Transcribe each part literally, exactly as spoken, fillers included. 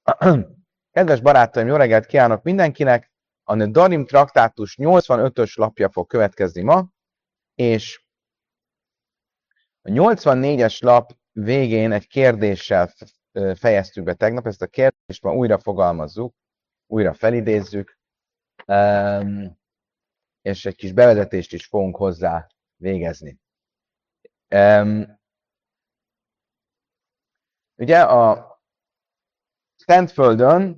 Kedves barátaim, jó reggelt kívánok mindenkinek! A Nedarim traktátus nyolcvanötös lapja fog következni ma, és a nyolcvannégyes lap végén egy kérdéssel fejeztük be tegnap, ezt a kérdést ma újra fogalmazzuk, újra felidézzük, és egy kis bevezetést is fogunk hozzá végezni. Ugye a Szentföldön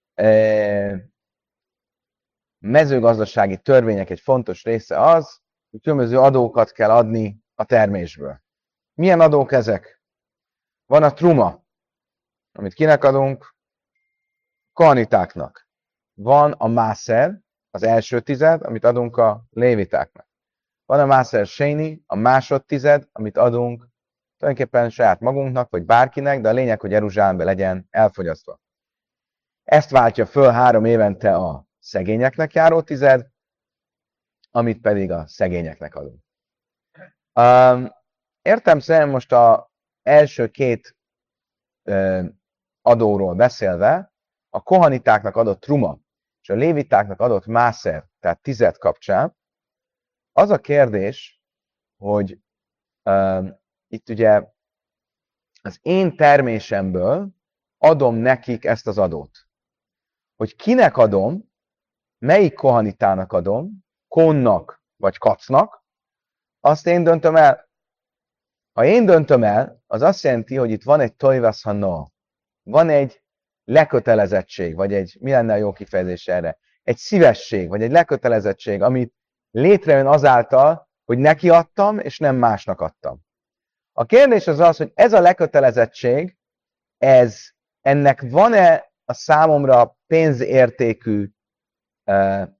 mezőgazdasági törvények egy fontos része az, hogy különböző adókat kell adni a termésből. Milyen adók ezek? Van a truma, amit kinek adunk? Kohanitáknak. Van a mászer, az első tized, amit adunk a lévitáknak. Van a mászer séni, a másodtized, amit adunk tulajdonképpen saját magunknak, vagy bárkinek, de a lényeg, hogy Jeruzsálemben legyen elfogyasztva. Ezt váltja föl három évente a szegényeknek járó tized, amit pedig a szegényeknek adunk. Um, értem szerint most az első két uh, adóról beszélve, a kohanitáknak adott truma, és a lévitáknak adott mászer, tehát tized kapcsán, az a kérdés, hogy um, itt ugye az én termésemből adom nekik ezt az adót. Hogy kinek adom, melyik kohanitának adom, konnak vagy kacnak, azt én döntöm el. Ha én döntöm el, az azt jelenti, hogy itt van egy toivasz hanna, van egy lekötelezettség, vagy egy, mi lenne a jó kifejezés erre? Egy szívesség, vagy egy lekötelezettség, amit létrejön azáltal, hogy neki adtam, és nem másnak adtam. A kérdés az az, hogy ez a lekötelezettség, ez, ennek van-e a számomra pénzértékű uh,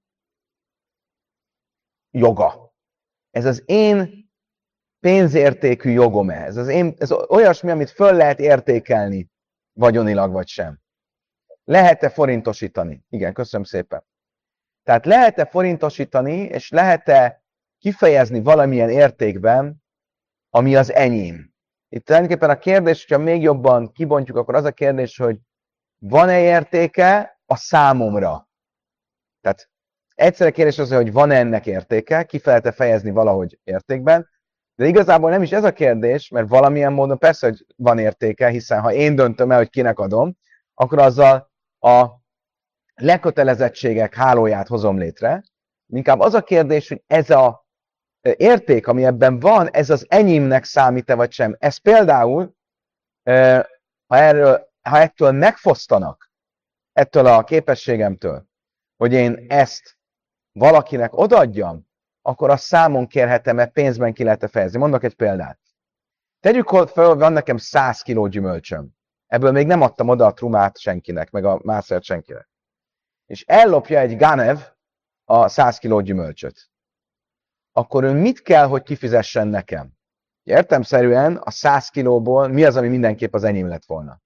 joga? Ez az én pénzértékű jogom-e? Ez, az én, ez olyasmi, amit föl lehet értékelni vagyonilag, vagy sem. Lehet-e forintosítani? Igen, köszönöm szépen. Tehát lehet-e forintosítani, és lehet-e kifejezni valamilyen értékben, ami az enyém? Itt tulajdonképpen a kérdés, hogyha még jobban kibontjuk, akkor az a kérdés, hogy van-e értéke a számomra? Tehát egyszerre kérdés az, hogy van-e ennek értéke, ki lehet-e fejezni valahogy értékben, de igazából nem is ez a kérdés, mert valamilyen módon persze, hogy van értéke, hiszen ha én döntöm el, hogy kinek adom, akkor azzal a lekötelezettségek hálóját hozom létre. Inkább az a kérdés, hogy ez a érték, ami ebben van, ez az enyémnek számít-e vagy sem. Ez például, ha, erről, ha ettől megfosztanak, ettől a képességemtől, hogy én ezt valakinek odaadjam, akkor azt számon kérhetem-e, pénzben ki lehet-e fejezni. Mondok egy példát. Tegyük fel, hogy van nekem száz kiló gyümölcsöm. Ebből még nem adtam oda a trumát senkinek, meg a mászert senkinek. És ellopja egy ganev a száz kiló gyümölcsöt. Akkor ő mit kell, hogy kifizessen nekem? Értelemszerűen a száz kilóból mi az, ami mindenképp az enyém lett volna?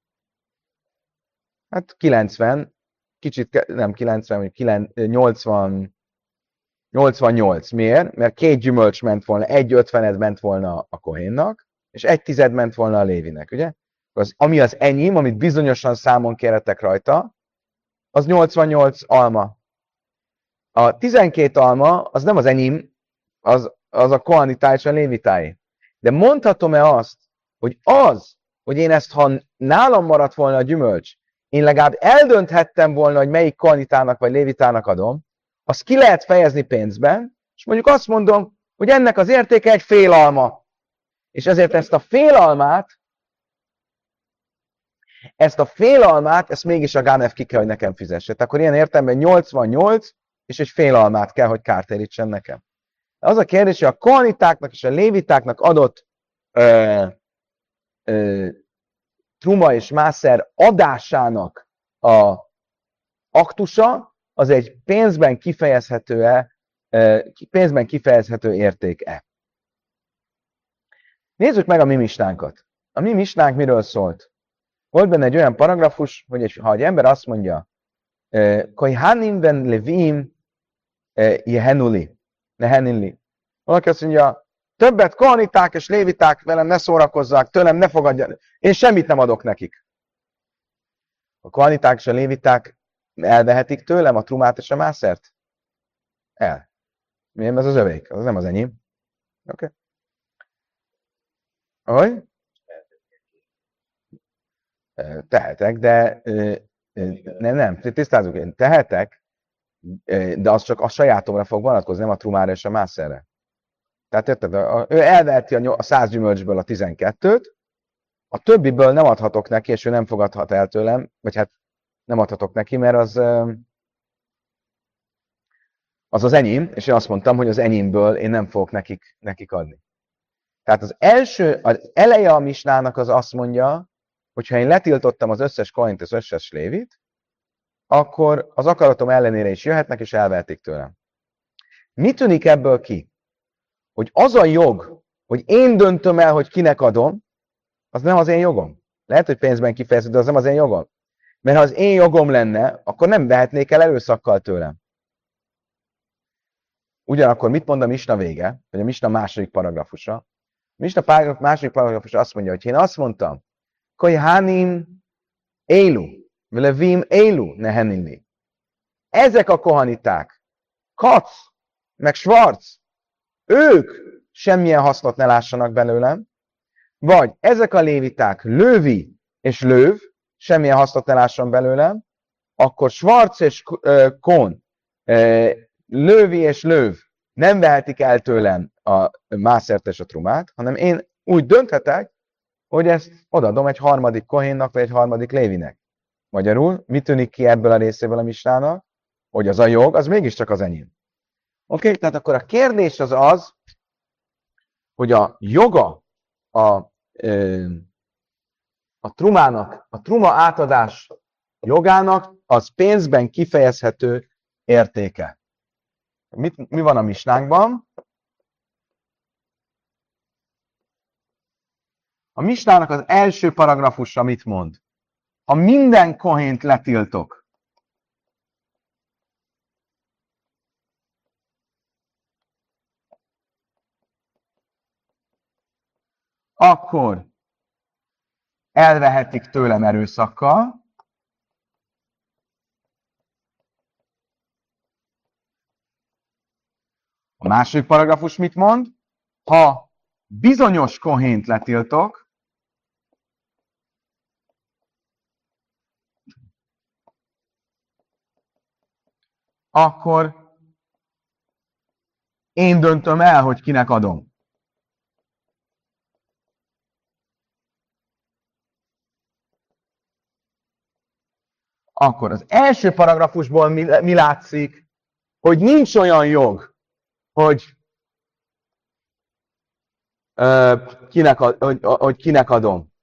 Hát kilencven, kicsit, nem kilencven, vagy nyolcvan, nyolcvannyolc. Miért? Mert két gyümölcs ment volna, egy ötvened ment volna a kohénnak, és egy tized ment volna a lévinek, ugye? Az, ami az enyém, amit bizonyosan számon kérhetek rajta, az nyolcvannyolc alma. A tizenkét alma, az nem az enyém, az, az a kohanitá és a lévitáé. De mondhatom-e azt, hogy az, hogy én ezt, ha nálam maradt volna a gyümölcs, én legalább eldönthettem volna, hogy melyik kohanitának vagy lévitának adom, azt ki lehet fejezni pénzben, és mondjuk azt mondom, hogy ennek az értéke egy fél alma. És ezért ezt a fél almát, ezt a fél almát, ezt mégis a ganev ki kell, hogy nekem fizesse. Tehát akkor ilyen értelemben nyolcvannyolc, és egy fél almát kell, hogy kártérítsen nekem. Az a kérdés, hogy a kohanitáknak és a lévitáknak adott ö, ö, truma és mászer adásának a aktusa, az egy pénzben kifejezhető-e, pénzben kifejezhető érték-e. Nézzük meg a mi misnánkat. A mi misnánk miről szólt? Volt benne egy olyan paragrafus, hogy egy, ha egy ember azt mondja, Kohanim ben Levim jehenuli, nehenili. Valaki azt mondja, többet kohaniták és léviták velem ne szórakozzák, tőlem ne fogadjanak. Én semmit nem adok nekik. A kohaniták és a léviták elvehetik tőlem a trumát és a mászert? El. Miért ez az övék? Az nem az enyém. Oké. Okay. Hogy? Tehetek, de nem, nem, tisztázzuk, én tehetek, de az csak a sajátomra fog vonatkozni, nem a trumára és a mászerre. Tehát érted, ő elveheti a száz gyümölcsből a tizenkettőt, a többiből nem adhatok neki, és ő nem fogadhat el tőlem, vagy hát nem adhatok neki, mert az az, az enyém, és én azt mondtam, hogy az enyémből én nem fogok nekik, nekik adni. Tehát az első, az eleje a misnának az azt mondja, hogyha én letiltottam az összes kohint, az összes lévit, akkor az akaratom ellenére is jöhetnek, és elvehetik tőlem. Mi tűnik ebből ki? Hogy az a jog, hogy én döntöm el, hogy kinek adom, az nem az én jogom. Lehet, hogy pénzben kifejező, de az nem az én jogom. Mert ha az én jogom lenne, akkor nem vehetnék el erőszakkal tőlem. Ugyanakkor mit mond a misna vége, vagy a misna második paragrafusa? A misna második paragrafusa azt mondja, hogy én azt mondtam, hogy hánim élu, vim élu neheninni. Ezek a kohaniták, Kac, meg Schwarz, ők semmilyen hasznot ne lássanak belőlem, vagy ezek a léviták, Lövi és Löv, semmilyen hasznot ne lásson belőlem, akkor Schwarz és Kohn, Lövi és Löv nem vehetik el tőlem a mászert és a trumát, hanem én úgy dönthetek, hogy ezt odaadom egy harmadik kohénnak, vagy egy harmadik lévinek. Magyarul, mi tűnik ki ebből a részéből a misnának? Hogy az a jog, az mégiscsak az enyém. Oké, okay? Tehát akkor a kérdés az az, hogy a joga a, a trumának, a truma átadás jogának az pénzben kifejezhető értéke. Mit, mi van a misnánkban? A misnának az első paragrafusa mit mond? Ha minden kohént letiltok, akkor elvehetik tőlem erőszakkal, a második paragrafus mit mond? Ha bizonyos kohént letiltok, akkor én döntöm el, hogy kinek adom. Akkor az első paragrafusból mi, mi látszik, hogy nincs olyan jog, hogy, uh, kinek, ad, hogy, hogy kinek adom.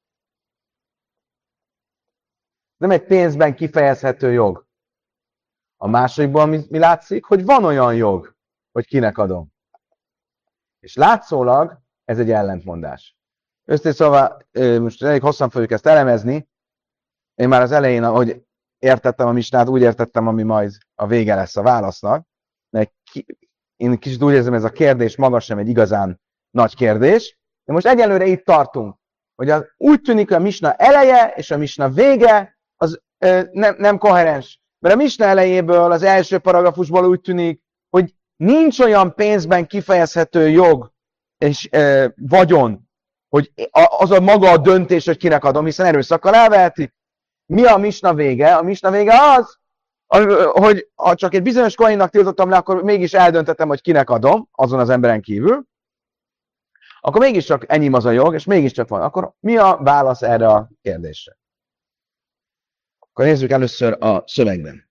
Nem egy pénzben kifejezhető jog. A másodikból mi, mi látszik, hogy van olyan jog, hogy kinek adom. És látszólag ez egy ellentmondás. Őszintén szóval, most elég hosszan fogjuk ezt elemezni. Én már az elején, ahogy értettem a misnát, úgy értettem, ami majd a vége lesz a válasznak. Mert ki, én kicsit úgy érzem, ez a kérdés maga sem egy igazán nagy kérdés. De most egyelőre itt tartunk, hogy az, úgy tűnik, hogy a misna eleje és a misna vége az ö, nem, nem koherens. Mert a misna elejéből, az első paragrafusból úgy tűnik, hogy nincs olyan pénzben kifejezhető jog és ö, vagyon, hogy az a maga a döntés, hogy kinek adom, hiszen erőszakkal elvehetik. Mi a misna vége? A misna vége az, hogy ha csak egy bizonyos kohénnak tiltottam le, akkor mégis eldöntettem, hogy kinek adom, azon az emberen kívül, akkor mégiscsak enyém az a jog, és mégiscsak van. Akkor mi a válasz erre a kérdésre? Akkor nézzük először a szövegben.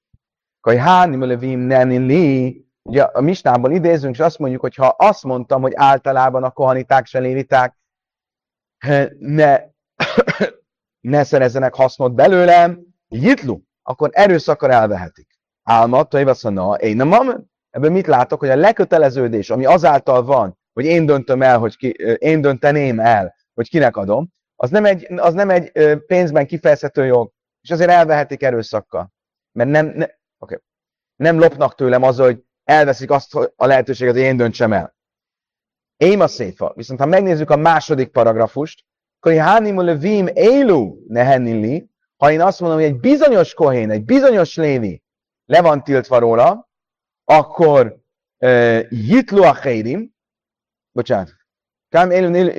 Ugye a misnából idézünk, és azt mondjuk, hogy ha azt mondtam, hogy általában a kohaniták se léviták ne, ne szerezzenek hasznot belőlem, jitlu, akkor erőszakkal elvehetik. Álmat, hogy azt mondja, én nem mondom, ebből mit látok, hogy a leköteleződés, ami azáltal van, hogy én döntöm el, hogy ki, én dönteném el, hogy kinek adom, az nem egy, az nem egy pénzben kifejezhető jog, és azért elvehetik erőszakkal. Mert nem, ne, okay. nem lopnak tőlem azzal, hogy elveszik azt a lehetőséget, hogy én döntsem el. Én a széfa. Viszont ha megnézzük a második paragrafust, akkor hánimul vim élu nehenilli, Ha én azt mondom, hogy egy bizonyos kohén, egy bizonyos lévi le van tiltva róla, akkor uh, jitlu a hérim, bocsánat, kám élő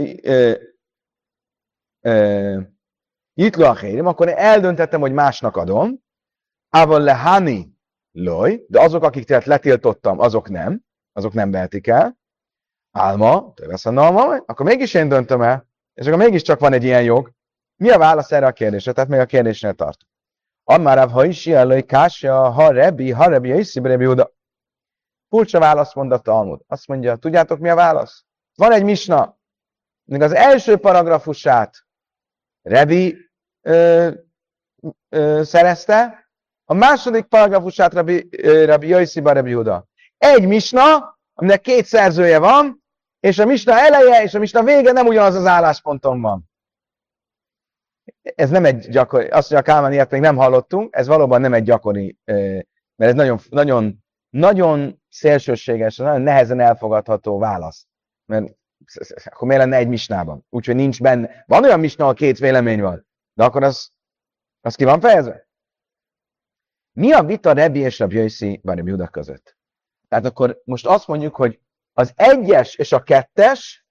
jitlu a hérim, akkor én eldöntettem, hogy másnak adom, ával lehani loj, de azok, akik tehát letiltottam, azok nem, azok nem vehetik el. Álma, töveszannalma, akkor mégis én döntöm el, és akkor mégiscsak van egy ilyen jog. Mi a válasz erre a kérdésre? Tehát még a kérdésnél tart. Ammárav, ha is jelöj, kásja, ha rebi, ha rebi, és rebi oda. Furcsa választ mond a Talmud. Azt mondja, tudjátok mi a válasz? Van egy misna, még az első paragrafusát Rebi ö, ö, szerezte, a második paragrafusát Rabbi, Rabbi Jöjsziba, Rabbi Huda. Egy misna, aminek két szerzője van, és a misna eleje és a misna vége nem ugyanaz az állásponton van. Ez nem egy gyakori, azt, hogy a Kálmán ilyet még nem hallottunk, ez valóban nem egy gyakori, mert ez nagyon, nagyon, nagyon szélsőséges, nagyon nehezen elfogadható válasz. Mert akkor miért lenne egy misnában? Úgyhogy nincs benne. Van olyan misna, ahol két vélemény van, de akkor az, az ki van fejezve? Mi a vita Rebi és Rabbi Jöjszi Rabbi Huda között? Tehát akkor most azt mondjuk, hogy az egyes és a kettes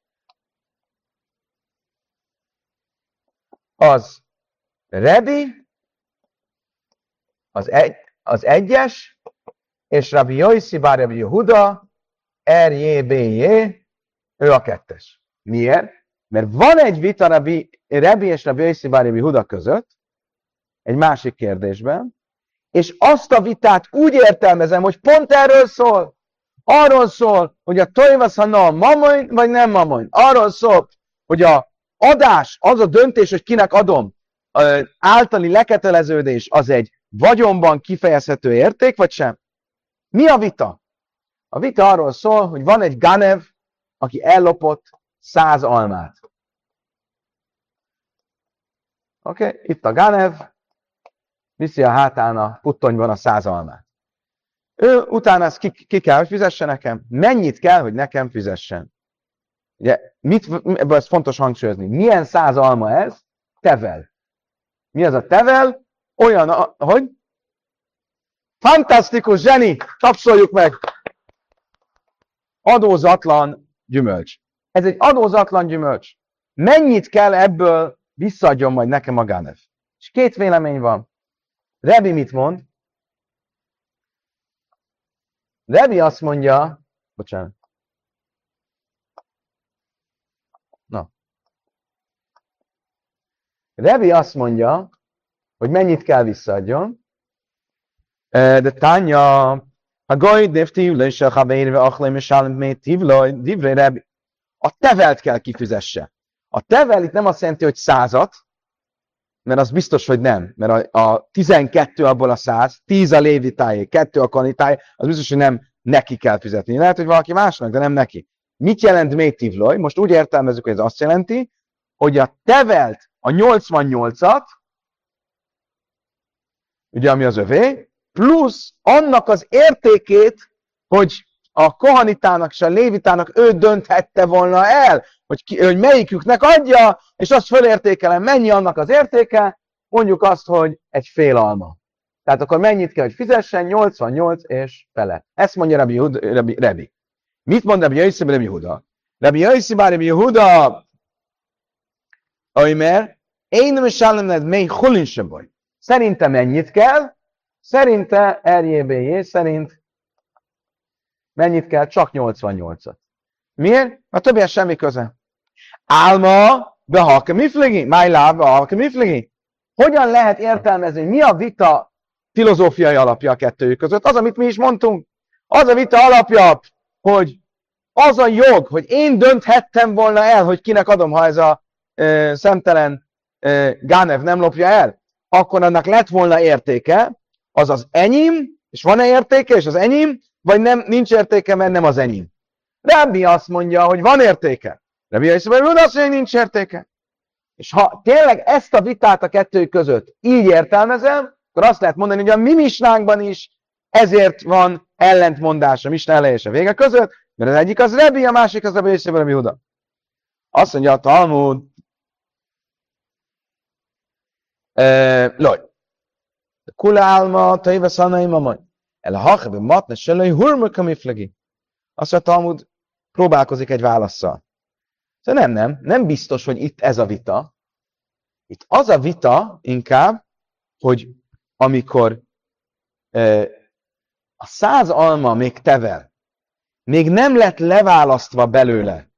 az Rebi, az, egy, az egyes, és Rabbi Jöjszi Rabbi Huda, er jé bé jé, ő a kettes. Miért? Mert van egy vita Rabbi, Rebi és Rabbi Jöjszi Rabbi Huda között, egy másik kérdésben, és azt a vitát úgy értelmezem, hogy pont erről szól. Arról szól, hogy a tojvasz hana mamony, vagy nem mamony. Arról szól, hogy a adás, az a döntés, hogy kinek adom, általi leketeleződés, az egy vagyonban kifejezhető érték, vagy sem? Mi a vita? A vita arról szól, hogy van egy ganev, aki ellopott száz almát. Oké, okay? Itt a ganev, viszi a hátán a puttonyban a száz almát. Ő utána ezt ki, ki kell, hogy fizesse nekem? Mennyit kell, hogy nekem fizessen? Ugye, mit, ebből ez fontos hangsúlyozni. Milyen száz alma ez? Tevel. Mi az a tevel? Olyan, a, hogy? Fantasztikus, zseni! Tapsoljuk meg! Adózatlan gyümölcs. Ez egy adózatlan gyümölcs. Mennyit kell ebből visszaadjon majd nekem a ganev? És két vélemény van. Rebi mit mond? Rebi azt mondja, bocsánat. Na. Rebi azt mondja, hogy mennyit kell visszaadjon. De Tanya, a goly devtívle és a havérve achlém és államét tívlaj, divré Rebi. A tevelt kell kifizesse. A tevel itt nem azt jelenti, hogy százat, mert az biztos, hogy nem. Mert a, a tizenkettő abból a száz, tíz a lévitájé, kettő a kanitájé, az biztos, hogy nem neki kell fizetni. Lehet, hogy valaki másnak, de nem neki. Mit jelent métivloj? Most úgy értelmezzük, hogy ez azt jelenti, hogy a tevelt a nyolcvannyolcat, ugye ami az övé, plusz annak az értékét, hogy a kohanitának és a lévitának ő dönthette volna el, hogy, ki, hogy melyiküknek adja, és azt fölértékelem, mennyi annak az értéke, mondjuk azt, hogy egy fél alma. Tehát akkor mennyit kell, hogy fizessen? nyolcvannyolc és fele. Ezt mondja Rabbi, Huda, Rabbi, Rabbi. Mit mond Rabbi Jöjszi Rabbi Huda? Rabbi Jöjszi Rabbi Huda, Oimer, én nem is államned mély hulin sem baj. Szerintem mennyit kell? Szerinte er jé bé jé szerint mennyit kell? Csak nyolcvannyolcat. Miért? A többihez semmi köze. Álma, de halka miflegi? Májláb, halka miflegi? Hogyan lehet értelmezni, mi a vita filozófiai alapja a kettőjük között? Az, amit mi is mondtunk. Az a vita alapja, hogy az a jog, hogy én dönthettem volna el, hogy kinek adom, ha ez a e, szemtelen e, Ganev nem lopja el, akkor annak lett volna értéke, az az enyém, és van-e értéke, és az enyém, vagy nem, nincs értéke, mert nem az enyém. Rabbi azt mondja, hogy van értéke. Rabbi azt mondja, hogy nincs értéke. És ha tényleg ezt a vitát a kettő között így értelmezem, akkor azt lehet mondani, hogy a mi misnánkban is ezért van ellentmondás a misna eleje és a vége között, mert az egyik az Rebi, a másik az Rabbi Jöjszi Rabbi Huda. Azt mondja a Talmud, uh, Loj. Kula álma, taiva szanai mamaj. El a hachebe matne selői hurmöka miflegi. Azt mondja, Talmud próbálkozik egy válasszal. Szóval nem, nem, nem biztos, hogy itt ez a vita. Itt az a vita inkább, hogy amikor e, a száz alma még tevel, még nem lett leválasztva belőle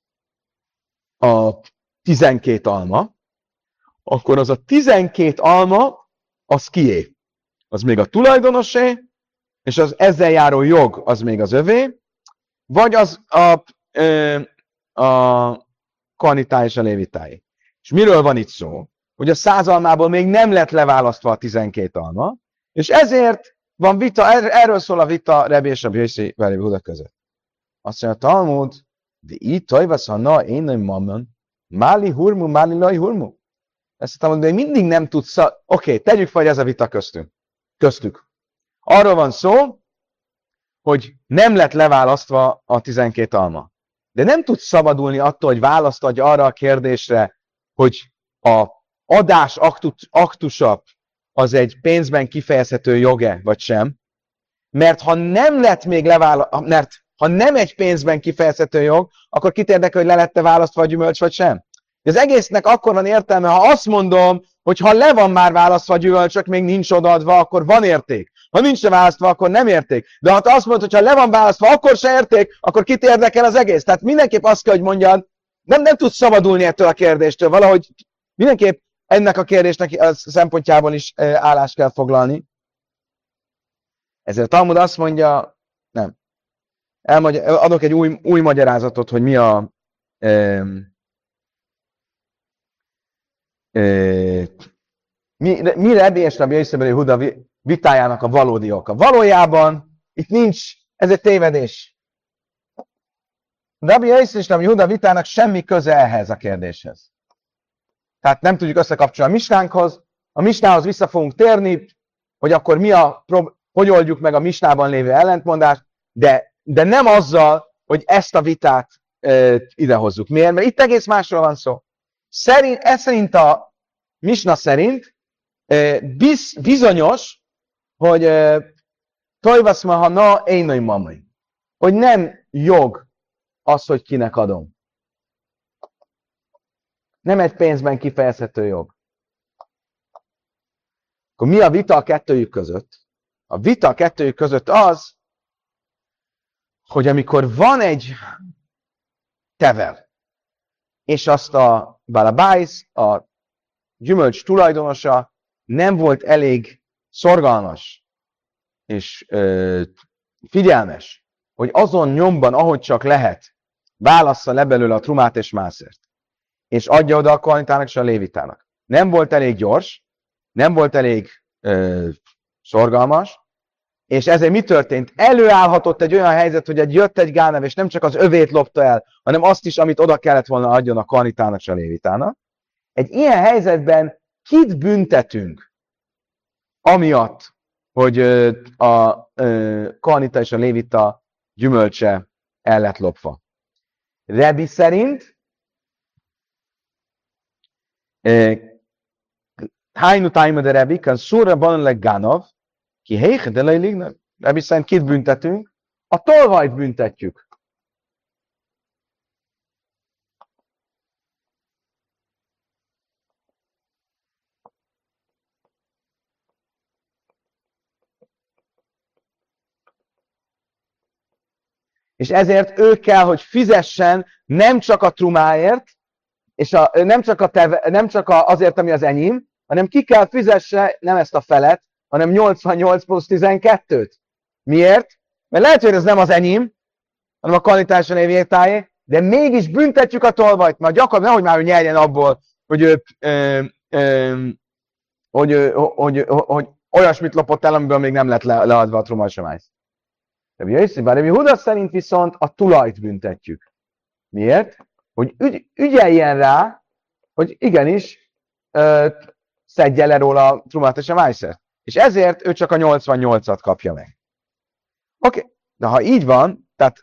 a tizenkét alma, akkor az a tizenkét alma, az kié? Az még a tulajdonosé, és az ezzel járó jog, az még az övé, vagy az a, a, a kohanitái és a lévitáé. És miről van itt szó? Hogy a száz almából még nem lett leválasztva a tizenkét alma, és ezért van vita, erről szól a vita Rebbi és Rabbi Yossi Rebbi Huda között. Azt mondja a Talmud, de így tajvasz, ha na, én nem mamon, máli hurmu, máli laj hurmu. Ezt mondom, de mindig nem tudsz... Oké, okay, tegyük fel, hogy ez a vita köztünk. köztük. Arról van szó, hogy nem lett leválasztva a tizenkét alma. De nem tudsz szabadulni attól, hogy választ adj arra a kérdésre, hogy a adás aktus, aktusa az egy pénzben kifejezhető joge, vagy sem. Mert ha nem lett még leválasztva, mert ha nem egy pénzben kifejezhető jog, akkor kit érdekel, hogy le lett-e választva a gyümölcs, vagy sem. De az egésznek akkor van értelme, ha azt mondom, hogy ha le van már választva a gyümölcs, csak még nincs odaadva, akkor van érték. Ha nincs választva, akkor nem érték. De ha te azt mondod, hogy ha le van választva, akkor se érték, akkor kit érdekel az egész. Tehát mindenképp azt kell, hogy mondjad, nem, nem tudsz szabadulni ettől a kérdéstől. Valahogy mindenképp ennek a kérdésnek a szempontjából is állást kell foglalni. Ezért a Talmud azt mondja, nem. Elmagy- adok egy új, új magyarázatot, hogy mi a e, e, mi, mi Rebbi és Rabbi Yossi Rebbi Huda vitájának a valódi oka. Valójában itt nincs, ez egy tévedés. Rabbi Yossi és Rabbi Huda vitának semmi köze ehhez a kérdéshez. Tehát nem tudjuk összekapcsolni a misnánkhoz. A misnához vissza fogunk térni, hogy akkor mi a, hogy oldjuk meg a misnában lévő ellentmondást, de, de nem azzal, hogy ezt a vitát e, idehozzuk. Miért? Mert itt egész másról van szó. Szerint, ez szerint a misna szerint e, biz, bizonyos, hogy e, tojvasz ma, ha na, énai mamai. Hogy nem jog az, hogy kinek adom. Nem egy pénzben kifejezhető jog. Akkor mi a vita a kettőjük között? A vita a kettőjük között az, hogy amikor van egy tevel, és azt a balabájsz, a gyümölcs tulajdonosa nem volt elég szorgalmas és ö, figyelmes, hogy azon nyomban, ahogy csak lehet, válassza le belőle a trumát és mászert, és adja oda a kohanitának és a lévitának. Nem volt elég gyors, nem volt elég ö, szorgalmas, és ezért mi történt? Előállhatott egy olyan helyzet, hogy egy jött egy gánev, és nem csak az övét lopta el, hanem azt is, amit oda kellett volna adjon a kohanitának és a lévitának. Egy ilyen helyzetben kit büntetünk amiatt, hogy ö, a ö, kohanita és a lévita gyümölcse el lett lopva? Rebbi szerint Hájnu tájma de Rebbi, kan szúra bananleg gánov, ki héhe de lejlignak. Rebbi szerint kit büntetünk? A tolvajt büntetjük. És ezért ő kell, hogy fizessen nem csak a trumáért, és a, nem csak, a teve, nem csak a, azért, ami az enyém, hanem ki kell fizesse nem ezt a felet, hanem nyolcvannyolc plusz tizenkettőt. Miért? Mert lehet, hogy ez nem az enyém, hanem a kvalitáson lévétájé, de mégis büntetjük a tolvajt, mert gyakorlatilag nehogy már ő nyerjen abból, hogy ő, ö, ö, hogy, ő, hogy, hogy, hogy olyasmit lopott el, amiből még nem lett le, leadva a trumasomány. Rabbi Huda szerint viszont a tulajt büntetjük. Miért? Hogy ügy, ügyeljen rá, hogy igenis ö, szedje le róla a trumát és a májszert. És ezért ő csak a nyolcvannyolcat kapja meg. Oké, okay. De ha így van, tehát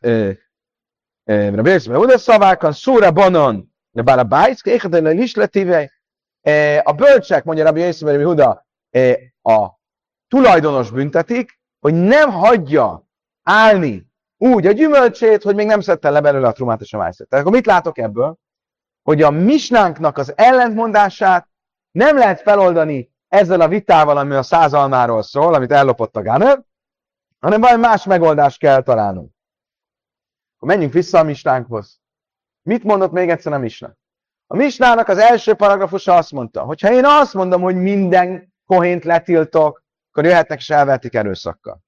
Rabbi Huda szavákan szóra banon, de bár a bájsz, kéhedelő is letéve, A bölcsek, mondja Rabbi Yosef ben Huda, a tulajdonos büntetik, hogy nem hagyja állni úgy a gyümölcsét, hogy még nem szedte le belőle a trumát és a májszert. Tehát akkor mit látok ebből? Hogy a misnánknak az ellentmondását nem lehet feloldani ezzel a vitával, ami a száz almáról szól, amit ellopott a Gáner, hanem valami más megoldást kell találnunk. Akkor menjünk vissza a misnánkhoz. Mit mondott még egyszer a misna? A misnának az első paragrafusa azt mondta, hogy ha én azt mondom, hogy minden kohént letiltok, akkor jöhetnek és elvertik erőszakkal.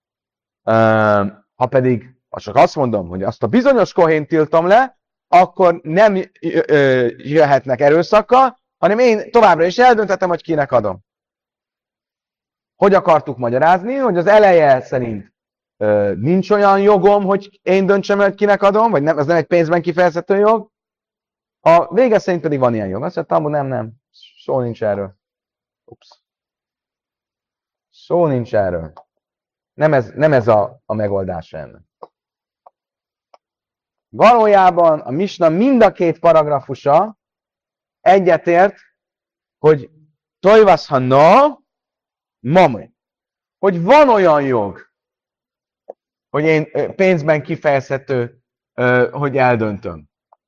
Ha pedig ha csak azt mondom, hogy azt a bizonyos kohént tiltom le, akkor nem jöhetnek erőszakkal, hanem én továbbra is eldönthetem, hogy kinek adom. Hogy akartuk magyarázni, hogy az eleje szerint nincs olyan jogom, hogy én döntsem el, hogy kinek adom, vagy nem, ez nem egy pénzben kifejezhető jog. A vége szerint pedig van ilyen jog. Azt mondta, Talmud, nem, nem, szó nincs erről. Ups. Szó nincs erről. Nem ez, nem ez a, a megoldás ennek. Valójában a misna mind a két paragrafusa egyetért, hogy tojvasz ha na, mamé. Hogy van olyan jog, hogy én pénzben kifejezhető, hogy eldöntöm.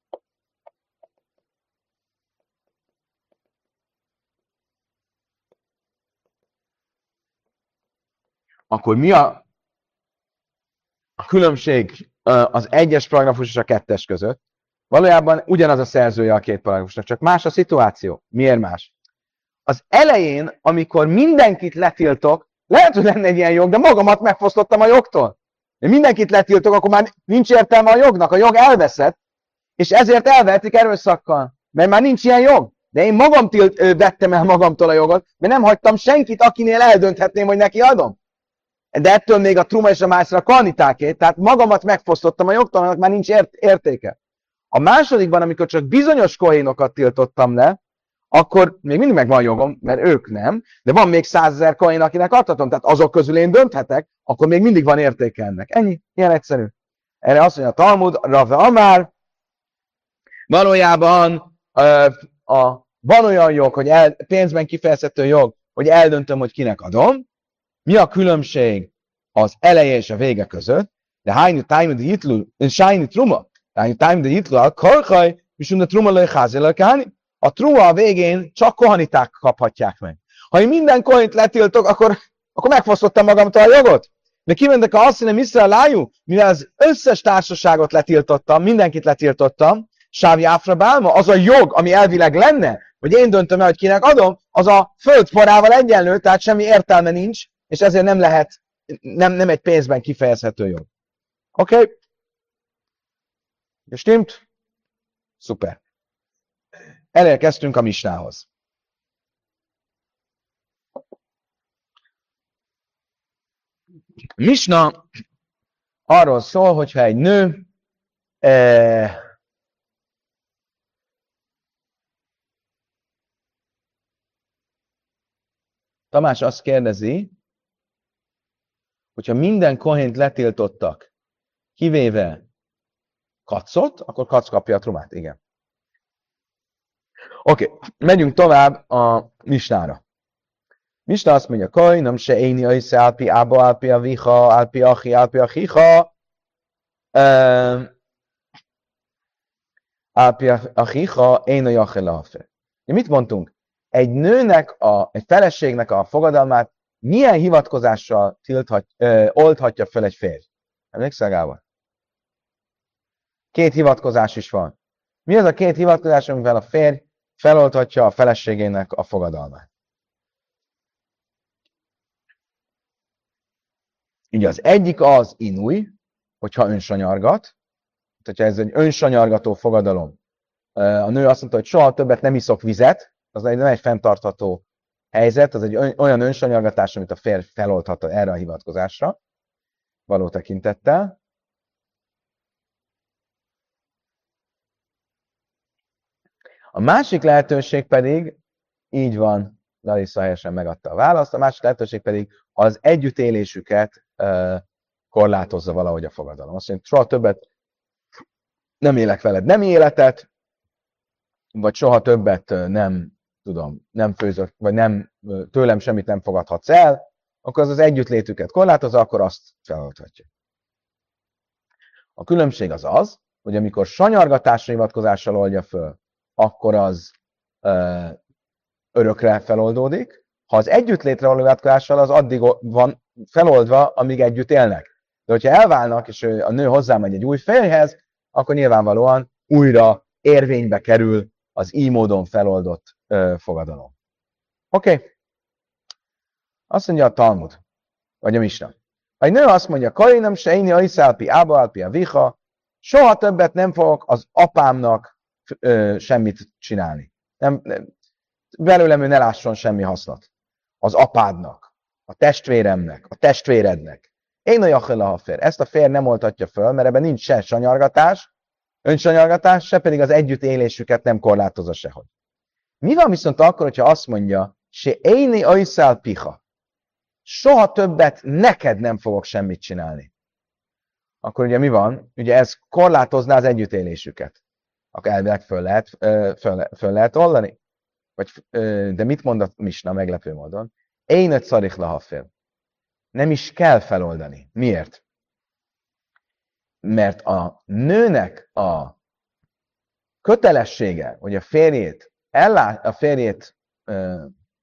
Akkor mi a, a különbség az egyes paragrafus és a kettes között? Valójában ugyanaz a szerzője a két paragrafusnak, csak más a szituáció. Miért más? Az elején, amikor mindenkit letiltok, lehet, hogy lenne egy ilyen jog, de magamat megfosztottam a jogtól. Én mindenkit letiltok, akkor már nincs értelme a jognak, a jog elveszett, és ezért elvertik erőszakkal, mert már nincs ilyen jog. De én magam tilt, vettem el magamtól a jogot, mert nem hagytam senkit, akinél eldönthetném, hogy neki adom. De ettől még a truma és a mászra kanitákét, tehát magamat megfosztottam a jogtól, annak már nincs ért- értéke. A másodikban, amikor csak bizonyos kohénokat tiltottam le, akkor még mindig megvan a jogom, mert ők nem, de van még százezer koén, akinek adhatom, tehát azok közül én dönthetek, akkor még mindig van értéke ennek. Ennyi, ilyen egyszerű. Erre azt mondja a Talmud, Rave Amár, valójában a, a, van olyan jog, hogy el, pénzben kifejezhető jog, hogy eldöntöm, hogy kinek adom. Mi a különbség az eleje és a vége között? De hányú tájmű de hitlu, sájni truma, hányú tájmű de hitlu, a karhaj, és a truma lőj házilakáni. A truma a végén csak kohaniták kaphatják meg. Ha én minden kohint letiltok, akkor, akkor megfosztottam magamtól a jogot. De kimondok a asszonyom Iszrael lájú, mivel az összes társaságot letiltottam, mindenkit letiltottam, Sávi Áfra Bálma, az a jog, ami elvileg lenne, hogy én döntöm el, hogy kinek adom, az a föld forrával egyenlő, tehát semmi értelme nincs, és ezért nem lehet, nem, nem egy pénzben kifejezhető jog. Oké? Okay? Stimmt? Szuper. Elérkeztünk a misnához. Misna arról szól, hogyha egy nő eh, Tamás azt kérdezi, hogyha minden kohént letiltottak, kivéve kacot, akkor kac kapja a trumát. Igen. Oké, okay. Megyünk tovább a misnára. Misna azt mondja, koj, nem se éni ajsze, álpi ába, álpi a viha, álpi achi, álpi a hiha, álpi a hiha, én a jachelafe. Mit mondtunk? Egy nőnek, a, egy feleségnek a fogadalmát milyen hivatkozással tilthat, ö, oldhatja fel egy férj? Emlékszel, Gábor? Két hivatkozás is van. Mi az a két hivatkozás, amivel a férj feloldhatja a feleségének a fogadalmát? Ugye az egyik az inúj, hogyha önsanyargat, hogyha ez egy önsanyargató fogadalom. A nő azt mondta, hogy soha többet nem iszok vizet, az nem egy fenntartható helyzet, az egy olyan önsanyargatás, amit a férj feloldhat erre a hivatkozásra, való tekintettel. A másik lehetőség pedig, így van, Larissa helyesen megadta a választ, a másik lehetőség pedig az együttélésüket uh, korlátozza valahogy a fogadalom. Azt mondja, soha többet nem élek veled nem életet, vagy soha többet nem tudom, nem főzök, vagy nem, tőlem semmit nem fogadhatsz el, akkor az az együttlétüket korlátozza, akkor azt feloldhatja. A különbség az az, hogy amikor sanyargatásra hivatkozással oldja föl, akkor az ö, örökre feloldódik, ha az együttlétre való hivatkozással, az addig van feloldva, amíg együtt élnek. De hogyha elválnak, és a nő hozzámegy egy új férjhez, akkor nyilvánvalóan újra érvénybe kerül az így módon feloldott ö, fogadalom. Oké? Okay. Azt mondja a Talmud, vagy a Misna. Ha egy nő azt mondja, Karinam seini aiszálpi, ábaálpi a viha, soha többet nem fogok az apámnak ö, semmit csinálni. Nem, nem, belőlem ő ne lásson semmi hasznot. Az apádnak, a testvéremnek, a testvérednek. Én a jachel a hafer. Ezt a fér nem oltatja föl, mert ebben nincs se sanyargatás, önsanyargatás, se pedig az együttélésüket nem korlátozza sehogy. Mi van viszont akkor, hogyha azt mondja, se éni aiszál piha, soha többet neked nem fogok semmit csinálni. Akkor ugye mi van? Ugye ez korlátozná az együttélésüket. Akkor elvileg föl lehet, föl, föl lehet oldani. Vagy, de mit mond a Misna meglepő módon? Én egy szarich lahafél. Nem is kell feloldani. Miért? Mert a nőnek a kötelessége, hogy a férjét, ellá, a férjét ö,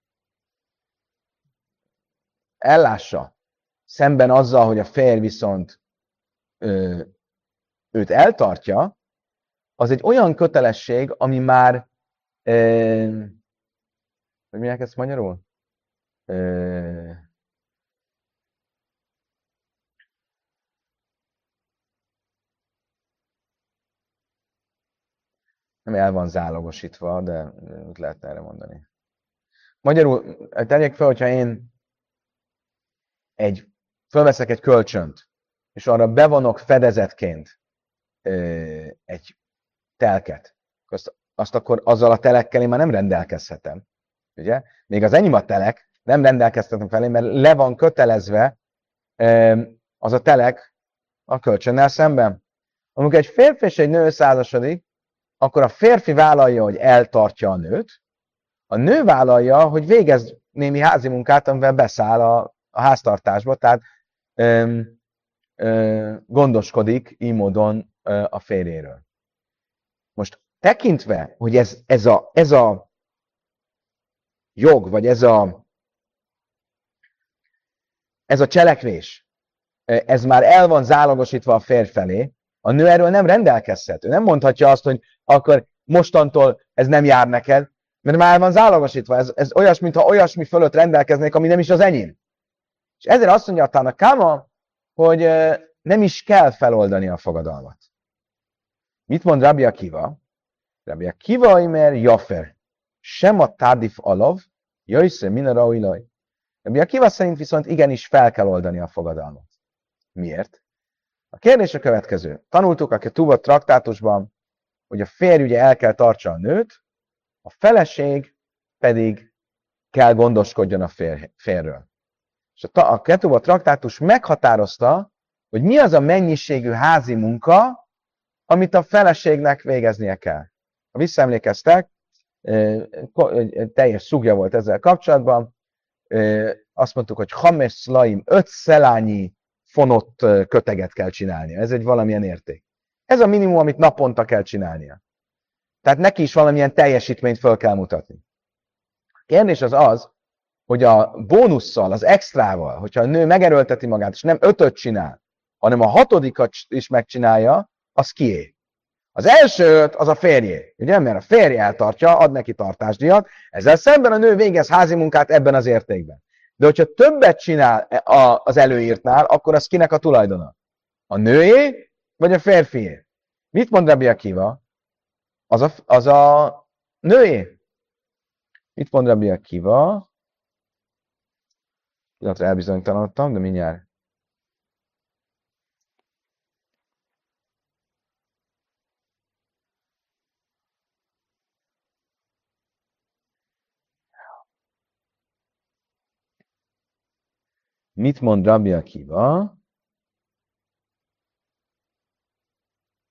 ellássa szemben azzal, hogy a férj viszont ö, őt eltartja, az egy olyan kötelesség, ami már ö, hogy mondják ezt magyarul? Ö, nem el van zálogosítva, de mit lehetne erre mondani? Magyarul, tegyek fel, hogyha én egy, fölveszek egy kölcsönt, és arra bevonok fedezetként ö, egy telket, azt, azt akkor azzal a telekkel én már nem rendelkezhetem. Ugye? Még az enyém a telek, nem rendelkeztetem felé, mert le van kötelezve ö, az a telek a kölcsönnel szemben. Amikor egy férfi és egy nő százasodik, akkor a férfi vállalja, hogy eltartja a nőt, a nő vállalja, hogy végez némi házi munkát, amivel beszáll a, a háztartásba, tehát ö, ö, gondoskodik így módon ö, a férjéről. Most tekintve, hogy ez, ez, a, ez a jog, vagy ez a, ez a cselekvés, ez már el van zálogosítva a férj felé, a nő erről nem rendelkezhet. Ő nem mondhatja azt, hogy akkor mostantól ez nem jár neked, mert már van zálogosítva. Ez, ez olyas, mintha olyasmi fölött rendelkeznék, ami nem is az enyém. És ezért azt mondja a Tanakáma, hogy nem is kell feloldani a fogadalmat. Mit mond Rabbi Akiva? Rabbi Akiva imer jafer. Sem a tádif alav, jöjsze minara ujlaj. Rabbi Akiva szerint viszont igenis fel kell oldani a fogadalmat. Miért? A kérdés a következő. Tanultuk a Ketubot traktátusban, hogy a férj ugye el kell tartsa a nőt, a feleség pedig kell gondoskodjon a fér, férről. És a, a Ketubot traktátus meghatározta, hogy mi az a mennyiségű házi munka, amit a feleségnek végeznie kell. Ha visszaemlékeztek, teljes szugja volt ezzel kapcsolatban, azt mondtuk, hogy hames szlaim, öt szelányi fonott köteget kell csinálnia. Ez egy valamilyen érték. Ez a minimum, amit naponta kell csinálnia. Tehát neki is valamilyen teljesítményt föl kell mutatni. A kérdés az az, hogy a bónusszal, az extrával, hogyha a nő megerőlteti magát, és nem ötöt csinál, hanem a hatodikat is megcsinálja, az kié. Az első öt az a férjé, ugye? Mert a férje eltartja, ad neki tartásdíjat, ezzel szemben a nő végez házi munkát ebben az értékben. De hogyha többet csinál az előírtnál, akkor az kinek a tulajdona? A nőjé, vagy a férfié? Mit mond Rabbi Akiva? Az a, az a nőjé. Mit mond Rabbi Akiva? Illetve elbizonytalanodtam, de mindjárt. Mit mond Rabbi Akiva?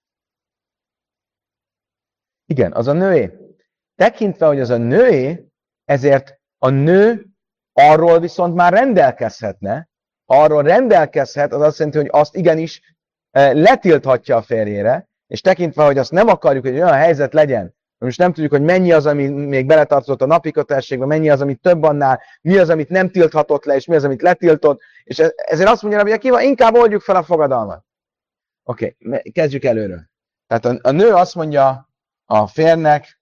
Igen, az a nőé. Tekintve, hogy az a nőé, ezért a nő arról viszont már rendelkezhetne. Ha arról rendelkezhet, az azt jelenti, hogy azt igenis letilthatja a férjére, és tekintve, hogy azt nem akarjuk, hogy olyan helyzet legyen, most nem tudjuk, hogy mennyi az, ami még beletartozott a napi kötelességbe, mennyi az, amit több annál, mi az, amit nem tilthatott le, és mi az, amit letiltott, és ezért azt mondja, hogy Akiva, inkább oldjuk fel a fogadalmat. Oké, okay, kezdjük előről. Tehát a, a nő azt mondja a férnek,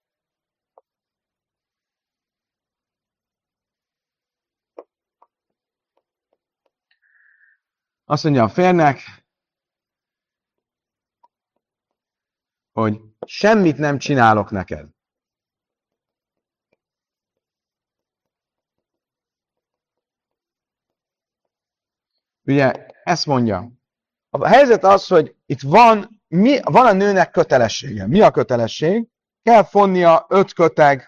azt mondja a férnek, hogy semmit nem csinálok neked. Ugye, ezt mondja. A helyzet az, hogy itt van, mi, van a nőnek kötelessége. Mi a kötelesség? Kell fonnia öt köteg,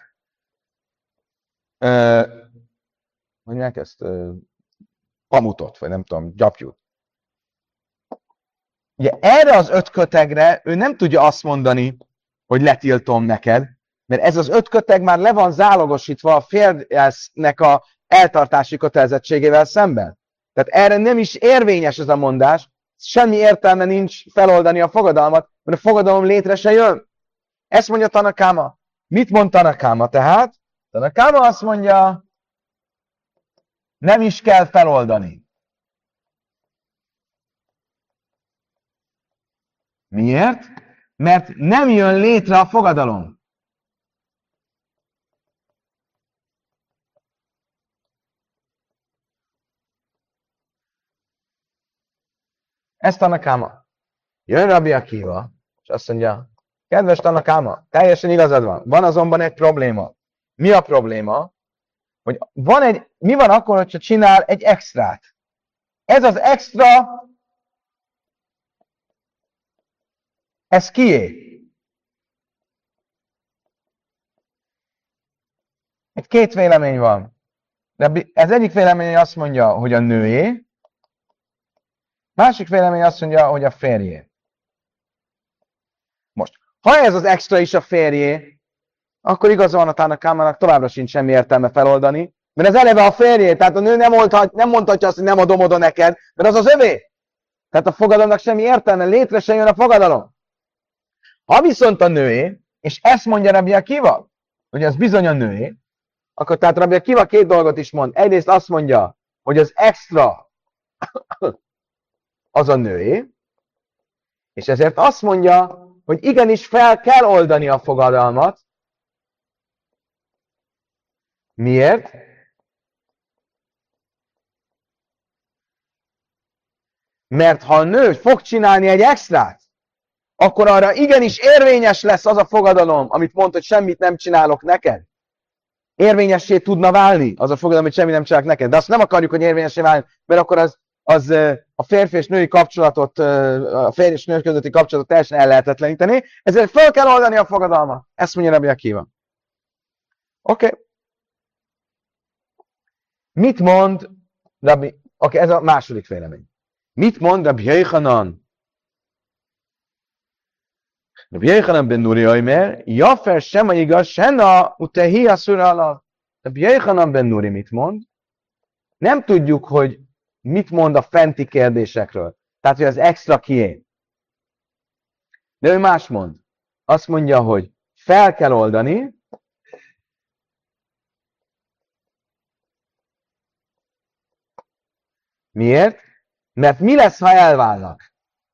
euh, mondják ezt, euh, pamutot, vagy nem tudom, gyapjút. Ugye erre az öt kötegre ő nem tudja azt mondani, hogy letiltom neked, mert ez az öt köteg már le van zálogosítva a férjnek a eltartási kötelezettségével szemben. Tehát erre nem is érvényes ez a mondás, semmi értelme nincs feloldani a fogadalmat, mert a fogadalom létre se jön. Ezt mondja Tanakáma. Mit mond Tanakáma tehát? Tanakáma azt mondja, nem is kell feloldani. Miért? Mert nem jön létre a fogadalom. Ez Tanakáma. Jön Rabbi Akiva, és azt mondja, kedves Tanakáma, teljesen igazad van. Van azonban egy probléma. Mi a probléma? Hogy van egy, mi van akkor, hogyha csinál egy extrát? Ez az extra, ez kié? Egy két vélemény van. De ez egyik vélemény azt mondja, hogy a nőé, másik vélemény azt mondja, hogy a férjé. Most, ha ez az extra is a férjé, akkor igaza van a Tanakámának, továbbra sincs semmi értelme feloldani, mert ez eleve a férjé, tehát a nő nem, oldhat, nem mondhatja azt, hogy nem adom oda neked, mert az az övé. Tehát a fogadalomnak semmi értelme, létre se jön a fogadalom. Ha viszont a nőé, és ezt mondja Rabbi Akiva, hogy ez bizony a nőé, akkor tehát Rabbi Akiva két dolgot is mond. Egyrészt azt mondja, hogy az extra az a nőé, és ezért azt mondja, hogy igenis fel kell oldani a fogadalmat. Miért? Mert ha a nő fog csinálni egy extrát, akkor arra igenis érvényes lesz az a fogadalom, amit mond, hogy semmit nem csinálok neked. Érvényessé tudna válni az a fogadalom, hogy semmit nem csinálok neked. De azt nem akarjuk, hogy érvényessé válni, mert akkor az, az a férfi és női kapcsolatot, a férfi és nő közötti kapcsolatot teljesen ellehetetleníteni, ezért fel kell oldani a fogadalmat. Ezt mondja Rabbi Akiva. Oké. Okay. Mit mond Rabbi... Oké, okay, ez a második vélemény. Mit mond Rabbi Yochanan? Rabbi Yochanan ben Nuri Oimer, Jafer sem a igaz, sena utehi a szura alatt. Rabbi Yochanan ben Nuri mit mond? Nem tudjuk, hogy mit mond a fenti kérdésekről. Tehát, hogy az extra kié. De ő más mond. Azt mondja, hogy fel kell oldani, miért? Mert mi lesz, ha elválnak?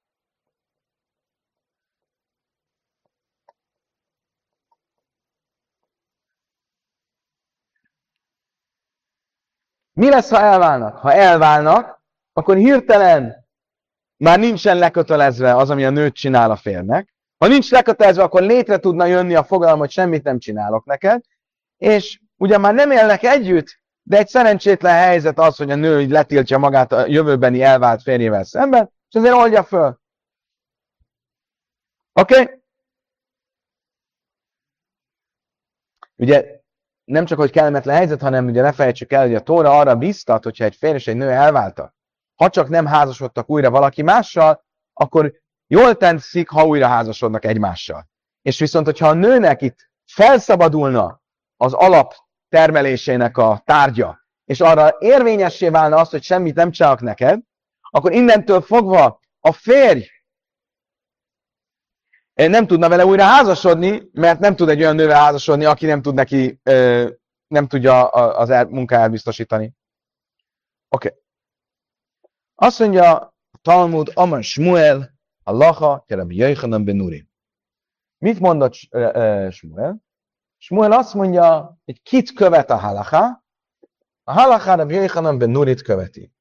Mi lesz, ha elválnak? Ha elválnak, akkor hirtelen már nincsen lekötelezve az, ami a nőt csinál a férnek. Ha nincs lekötelezve, akkor létre tudna jönni a fogalom, hogy semmit nem csinálok neked, és ugye már nem élnek együtt, de egy szerencsétlen helyzet az, hogy a nő így letiltja magát a jövőbeni elvált férjével szemben, és azért oldja föl. Oké? Okay? Ugye nem csak, hogy kellemetlen helyzet, hanem ugye ne felejtsük el, hogy a Tóra arra biztat, hogyha egy férj és egy nő elváltak, ha csak nem házasodtak újra valaki mással, akkor jól tenszik, ha újra házasodnak egymással. És viszont, hogyha a nőnek itt felszabadulna az alap termelésének a tárgya, és arra érvényessé válna az, hogy semmit nem csinálok neked, akkor innentől fogva a férj nem tudna vele újra házasodni, mert nem tud egy olyan nővel házasodni, aki nem tud neki, nem tudja az el, munkáját biztosítani. Oké. Okay. Azt mondja Talmud, Amar Shmuel, Allaha, Rabbi Yochanan ben Nuri. Mit mondott Shmuel? Shmuel azt mondja, hogy kit követ a halacha? A halacha Rabbi Yochanan ben Nurit követi.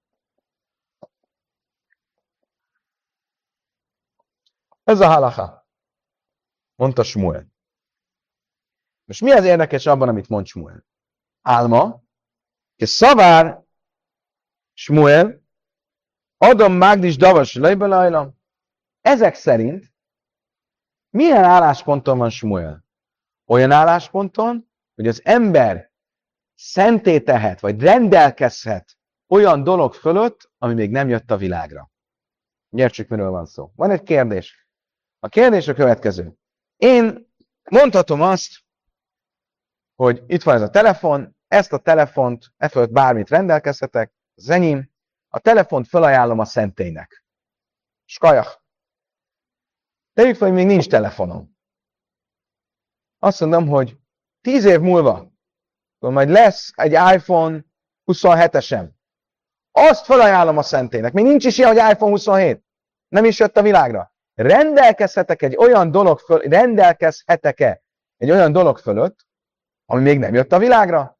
Ez a halacha, mondta Shmuel. Most mi az érdekes abban, amit mond Shmuel? Álma, hogy szavár Shmuel, adom mágdis davas lejbelajlam. Ezek szerint milyen állásponton van Shmuel? Olyan állásponton, hogy az ember szenté tehet, vagy rendelkezhet olyan dolog fölött, ami még nem jött a világra. Gyertsük, miről van szó. Van egy kérdés. A kérdés a következő. Én mondhatom azt, hogy itt van ez a telefon, ezt a telefont, e fölött bármit rendelkezhetek, az enyém, a telefont felajánlom a szentélynek. Skajach. Tegyük fel, hogy még nincs telefonom. Azt mondom, hogy tíz év múlva, akkor majd lesz egy iPhone huszonhetesem. Azt felajánlom a szentélynek. Még nincs is ilyen, hogy iPhone huszonhét. Nem is jött a világra. Rendelkezhetek egy olyan dolog föl, rendelkezhetek-e egy olyan dolog fölött, ami még nem jött a világra?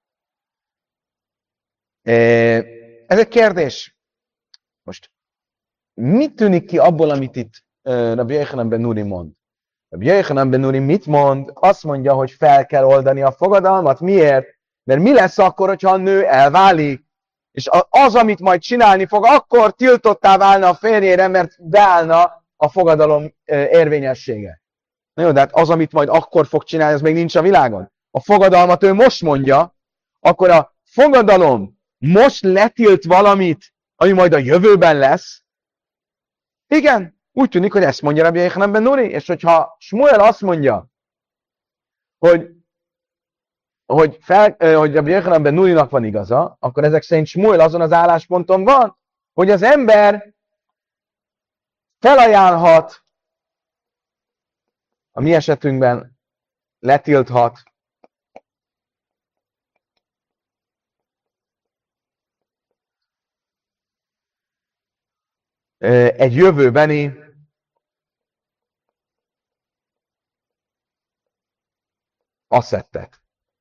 Ez egy kérdés. Most mit tűnik ki abból, amit itt uh, Rabbi Yochanan ben Nuri mond? Rabbi Yochanan ben Nuri mit mond? Azt mondja, hogy fel kell oldani a fogadalmat. Miért? Mert mi lesz akkor, hogyha a nő elválik? És az, amit majd csinálni fog, akkor tiltottá válna a férjére, mert beállna a fogadalom érvényessége. Na jó, de hát az, amit majd akkor fog csinálni, az még nincs a világon. A fogadalmat ő most mondja, akkor a fogadalom most letilt valamit, ami majd a jövőben lesz. Igen, úgy tűnik, hogy ezt mondja Rabbi Yochanan ben Nuri, és hogyha Shmuel azt mondja, hogy, hogy, fel, hogy Rabbi Yochanan ben Nurinak van igaza, akkor ezek szerint Shmuel azon az állásponton van, hogy az ember felajánlhat, a mi esetünkben letilthat, egy jövőbeni asszettet.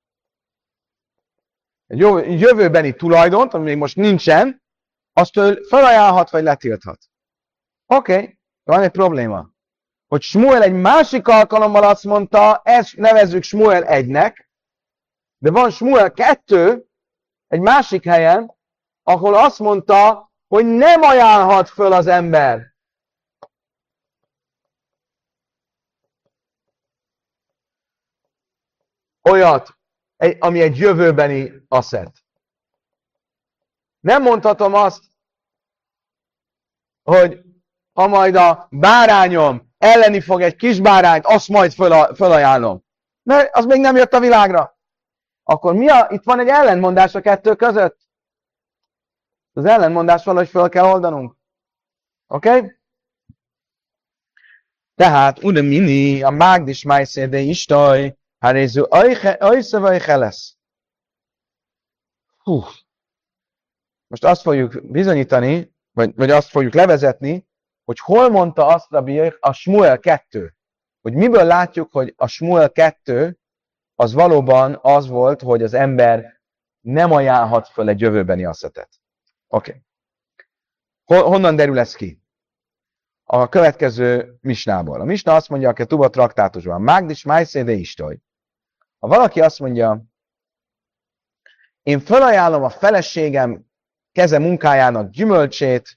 Egy jövőbeni tulajdont, ami még most nincsen, azt ő felajánlhat, vagy letilthat. Oké, okay, van egy probléma. Hogy Shmuel egy másik alkalommal azt mondta, ezt nevezzük Shmuel egynek, de van Shmuel kettő, egy másik helyen, ahol azt mondta, hogy nem ajánlhat föl az ember. Olyat, ami egy jövőbeni asszett. Nem mondhatom azt, hogy ha majd a bárányom elleni fog egy kis bárányt, azt majd föl, fölajánlom. Mert az még nem jött a világra. Akkor mi a, itt van egy ellentmondás a kettő között. Az ellentmondás valahogy föl kell oldanunk. Oké? Okay? Tehát, uram mini, a mágdis májszérdé istaj, háréző ajszavajhe lesz. Hú. Most azt fogjuk bizonyítani, vagy, vagy azt fogjuk levezetni, hogy hol mondta azt a Shmuel kettő. Hogy miből látjuk, hogy a Shmuel kettő az valóban az volt, hogy az ember nem ajánlhat föl egy jövőbeni asszetet. Oké. Okay. Honnan derül ez ki? A következő misnából. A misna azt mondja, aki a Tuba traktátusban, Mágdis májszédé istoj. Ha valaki azt mondja, én felajánlom a feleségem keze munkájának gyümölcsét,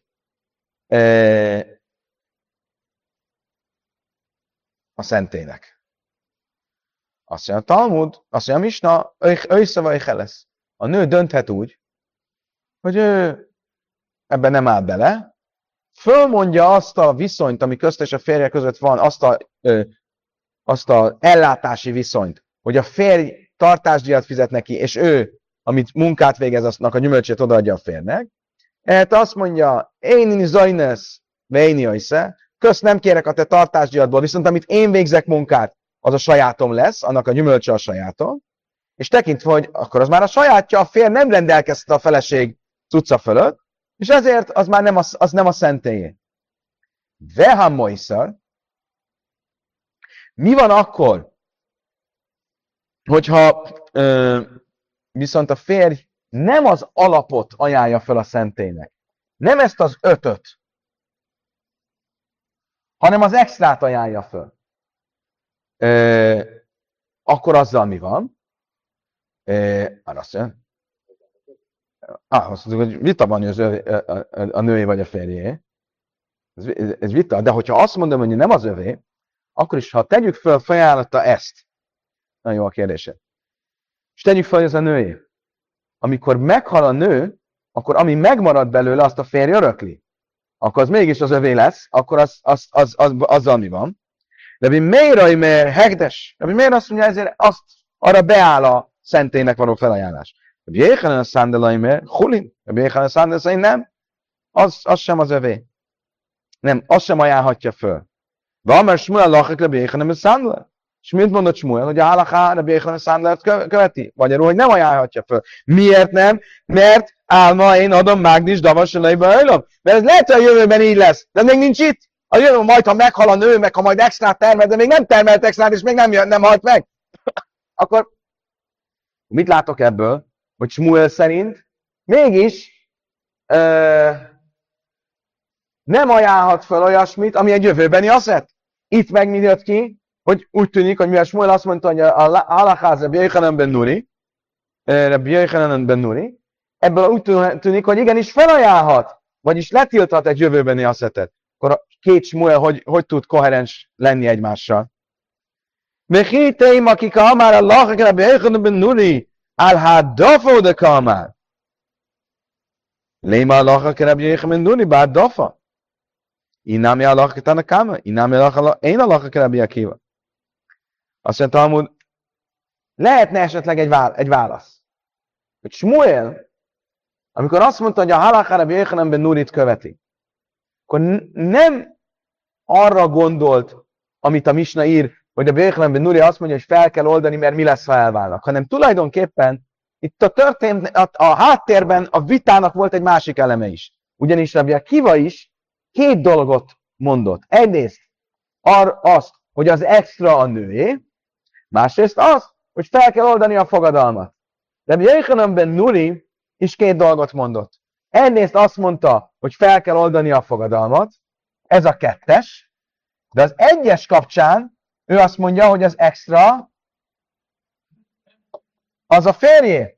a szentélynek. Azt mondja a Talmud, azt mondja a misna, őszavai lesz. A nő dönthet úgy, hogy ő ebben nem áll bele, fölmondja azt a viszonyt, ami közt és a férje között van, azt a, ö, azt a ellátási viszonyt, hogy a férj tartásdíjat fizet neki, és ő, amit munkát végez, aznak a gyümölcsét odaadja a férnek. Tehát azt mondja, én in zajnesz, véni ajsze, kösz nem kérek a te tartásdíjadból, viszont amit én végzek munkát, az a sajátom lesz, annak a gyümölcse a sajátom, és tekintve, hogy akkor az már a sajátja, a férj nem rendelkezte a feleség cucca fölött, és ezért az már nem a, az nem a szentélyé. Veham moiszar, mi van akkor, hogyha ö, viszont a férj nem az alapot ajánlja fel a szentélynek, nem ezt az ötöt, hanem az extrát ajánlja föl. Ö, akkor azzal mi van? Ö, azt mondja, ah, azt mondjuk, hogy vita van, hogy az övé, a, a, a nőé vagy a férjé. Ez, ez vita, de hogyha azt mondom, hogy nem az övé, akkor is, ha tegyük föl, felajánlotta ezt. Nagyon jó a kérdése. És tegyük föl, hogy ez a nőé. Amikor meghal a nő, akkor ami megmarad belőle, azt a férj örökli. Akkor az mégis az övé lesz, akkor az, az, az, az, az, azzal mi van. De mi miért, mert hegdes? De mi miért azt mondja, ezért azt, arra beáll a szentélynek való felajánlás. Rabbi Jéhanan a szándelaimer, hulin. Rabbi Jéhanan a szándelaimer, nem. Az, az sem az övé. Nem, azt sem ajánlhatja föl. De amár Smuel lachak Rabbi Jéhanan a szándelaimer. És mit mondott Smuel, hogy a halaká Rabbi Jéhanan a szándelaimer követi? Magyarul, hogy nem ajánlhatja föl. Miért nem? Mert álma én adom Mágnis Davasolaiba öjlöm. Mert ez lehet, hogy a jövőben így lesz. De még nincs itt. A jövőben majd, ha meghal a nő, meg ha majd extrát termel, de még nem termelt extrát, és még nem, jön, nem halt meg. Akkor mit látok ebből? Hogy Smuel szerint mégis ö, nem ajánlhat fel olyasmit, ami egy jövőbeni aszet. Itt meg mi jött ki, hogy úgy tűnik, hogy mivel Smuel azt mondta, hogy a halakáz Rabbi Jéhanan ben Nuri, Rabbi Jéhanan ben Nuri, ebből úgy tűnik, hogy igenis felajánlhat, vagyis letilthat egy jövőbeni aszetet. Akkor a két Smuel hogy, hogy tud koherens lenni egymással? Mechiteim, akik a hamar Allah, Rabbi Jéhanan ben Nuri, al-hadafo de kamar. Léma Allah, Rabbi Jéhanan ben Nuri, ba'adafa. Inami Allah, Tana Kama. Inami Allah, én Allah, Rabbi Akiva. Azt mondta, amúgy lehetne esetleg egy, vál, egy válasz. Hogy Smuel, amikor azt mondta, hogy a halakha Rabbi Jéhanan ben Nurit követi, akkor nem arra gondolt, amit a Misna ír, hogy a Rabbi Jéhanan ben Nuri azt mondja, hogy fel kell oldani, mert mi lesz, ha elválnak, hanem tulajdonképpen itt a, történt, a, a háttérben a vitának volt egy másik eleme is. Ugyanis Rabbi Akiva is két dolgot mondott. Egyrészt ar, azt, hogy az extra a nőé, másrészt az, hogy fel kell oldani a fogadalmat. Rabbi Jéhanan ben Nuri is két dolgot mondott. Egyrészt azt mondta, hogy fel kell oldani a fogadalmat, ez a kettes, de az egyes kapcsán ő azt mondja, hogy az extra az a férjé.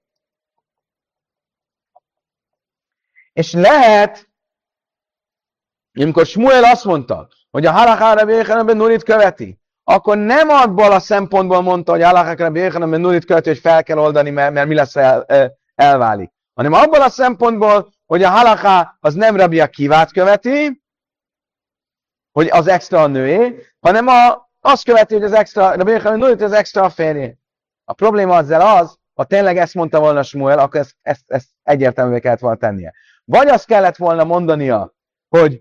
És lehet, amikor Smuel azt mondta, hogy a halakha Rabbi Jéhanan ben Nurit követi, akkor nem abból a szempontból mondta, hogy halakha Rabbi Jéhanan ben Nurit követi, hogy fel kell oldani, mert, mert mi lesz, el, el, elválik. Hanem abból a szempontból, hogy a halakha az nem Rabbi Akivát követi, hogy az extra a nőé, hanem a, azt követi, hogy az extra, Rabbi Jéhanan ben Nurit az extra a férjé. A probléma ezzel az, ha tényleg ezt mondta volna Smuel, akkor ezt, ezt, ezt egyértelművé kellett volna tennie. Vagy azt kellett volna mondania, hogy